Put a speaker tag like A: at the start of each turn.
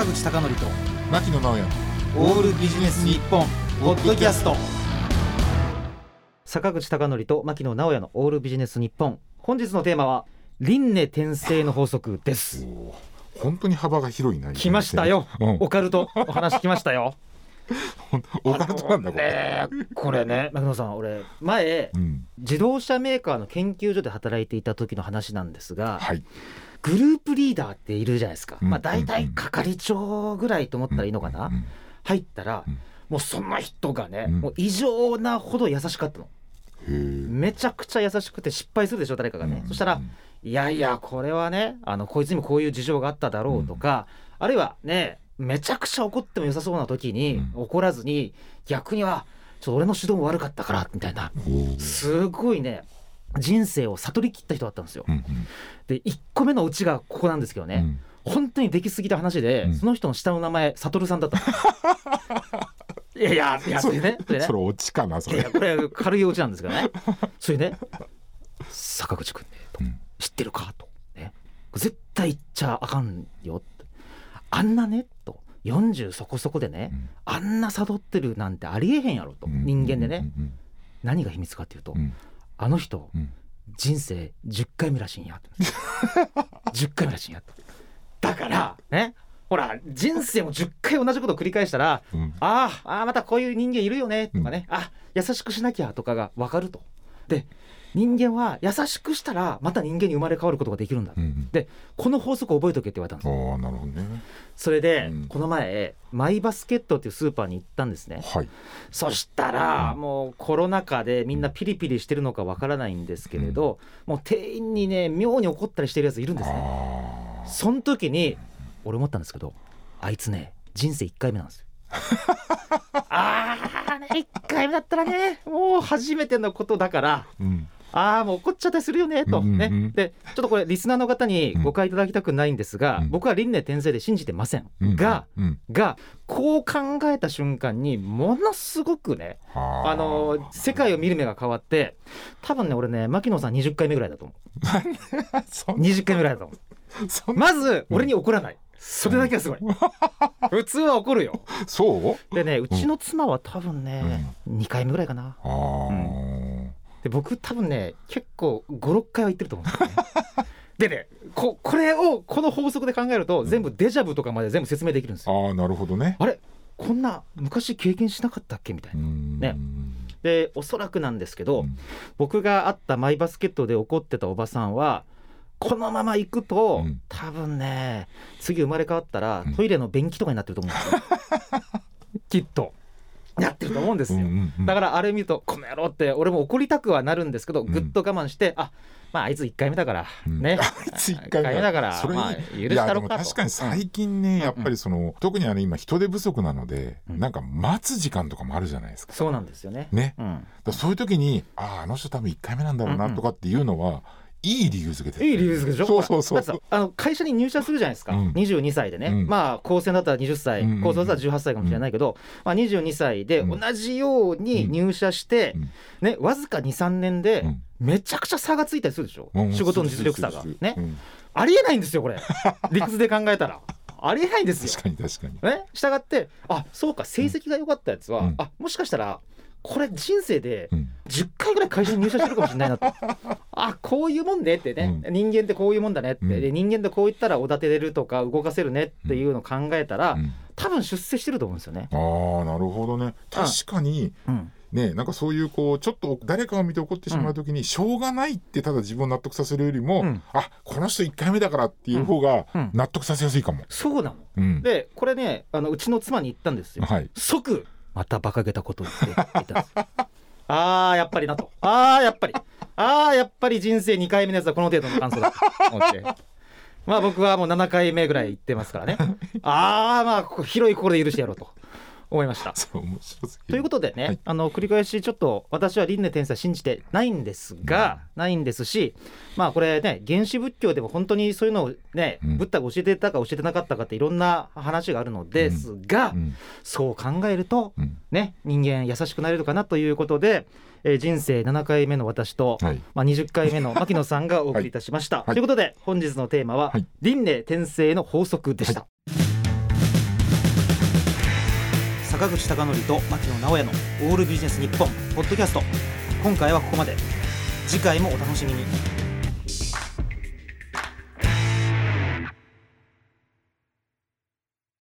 A: 坂口孝則と
B: 牧野直哉
A: オールビジネス日本ポッドキャスト。
C: 坂口孝則と牧野直哉のオールビジネス日本、本日のテーマは輪廻転生の法則です。
B: 本当に幅が広いな。
C: 来ましたよ、オカルトお話来ましたよ
B: オカルトなんだ
C: これね、牧野さん、俺前、自動車メーカーの研究所で働いていた時の話なんですが、
B: はい、
C: グループリーダーっているじゃないですか、だいたい係長ぐらいと思ったらいいのかな、入ったら、もうその人がね、もう異常なほど優しかったの。めちゃくちゃ優しくて、失敗するでしょ誰かがね、そしたらいやいやこれはね、こいつにもこういう事情があっただろうとか、あるいはね、めちゃくちゃ怒っても良さそうな時に、怒らずに逆にはちょっと俺の指導も悪かったからみたいな、すごいね人生を悟り切った人だったんですよ。で1個目のうちがここなんですけどね、本当にできすぎた話で、その人の下の名前悟さんだったいやそれね、
B: それオチかな、それ。
C: いやこれ軽いオチなんですけどねそれね、坂口くんねと、知ってるかと、ね、絶対言っちゃあかんよって、あんなねと40そこそこでね、あんな悟ってるなんてありえへんやろと、人間でね、何が秘密かっていうと、あの人、人生10回目らしいんや10回目らしいんやと。だからね、ほら人生も10回同じことを繰り返したら、ああまたこういう人間いるよねとかね、優しくしなきゃとかが分かると。で人間は優しくしたらまた人間に生まれ変わることができるんだ、でこの法則を覚えとけって言われたんですよ。
B: なるほどね。
C: それで、この前マイバスケットっていうスーパーに行ったんですね、そしたら、もうコロナ禍でみんなピリピリしてるのかわからないんですけれど、もう店員にね妙に怒ったりしてるやついるんですね。その時に俺思ったんですけど、あいつね人生1回目なんですよ1回目だったらね、もう初めてのことだから、もう怒っちゃったりするよねと、ね。でちょっとこれリスナーの方に誤解いただきたくないんですが、僕は輪廻転生で信じてません、がこう考えた瞬間にものすごくね、世界を見る目が変わって、多分ね俺ね牧野さん20回目ぐらいだと思う20回目ぐらいだと思うまず俺に怒らない、それだけはすごい普通は怒るよ。そうでね、うちの妻は多分ね、2回目ぐらいかな。で僕多分ね結構 5,6 回は言ってると思うんですよねでね、これをこの法則で考えると、全部デジャブとかまで全部説明できるんですよ。
B: なるほどね。
C: あれこんな昔経験しなかったっけみたいなね。でおそらくなんですけど、僕が会ったマイバスケットで怒ってたおばさんはこのまま行くと、多分ね次生まれ変わったら、トイレの便器とかになってると思うんですよきっとやってると思うんですよ。だからあれ見るとこの野郎って俺も怒りたくはなるんですけど、ぐっと我慢して、あいつ1回目だからね、
B: あいつ1回目だから
C: 許したろうかと。
B: 確かに最近ね、やっぱり特に今人手不足なので、なんか待つ時間とかもあるじゃないですか。
C: そうなんですよね。
B: だそういう時にあの人多分1回目なんだろうなとかっていうのは、いい理由付けで、
C: いい理由付けでしょ。
B: そう
C: だって会社に入社するじゃないですか、22歳でね、高専だったら20歳、高卒だったら18歳かもしれないけど、22歳で同じように入社して、わずか 2,3 年でめちゃくちゃ差がついたりするでしょ、仕事の実力差がね、ありえないんですよこれ理屈で考えたらありえないんですよ。
B: 確かに
C: したがって、そうか成績が良かったやつは、もしかしたらこれ人生で10回ぐらい会社に入社してるかもしれないなとこういうもんねってね、人間ってこういうもんだねって、で人間ってこう言ったらおだてれるとか動かせるねっていうのを考えたら、多分出世してると思うんですよね。
B: なるほどね。確かに、なんかそういうちょっと誰かを見て怒ってしまうときに、しょうがないってただ自分を納得させるよりも、この人1回目だからっていう方が納得させやすいかも。
C: そうなの、でこれねうちの妻に言ったんですよ、即また馬鹿げたこと言ったんですやっぱりなと、やっぱり人生2回目のやつはこの程度の感想だと思って僕はもう7回目ぐらい言ってますからね広い心で許してやろうと思いました。
B: 面白すぎる。
C: ということでね、繰り返しちょっと私は輪廻転生信じてないんですが、ないんですし、これね原始仏教でも本当にそういうのをね、ブッダが教えてたか教えてなかったかっていろんな話があるのですが、そう考えると、ね人間優しくなれるかなということで、人生7回目の私と、20回目の牧野さんがお送りいたしました、ということで本日のテーマは、輪廻転生の法則でした。 坂口孝則と牧野直哉のオールビジネス日本ポッドキャスト。今回はここまで。次回もお楽しみに。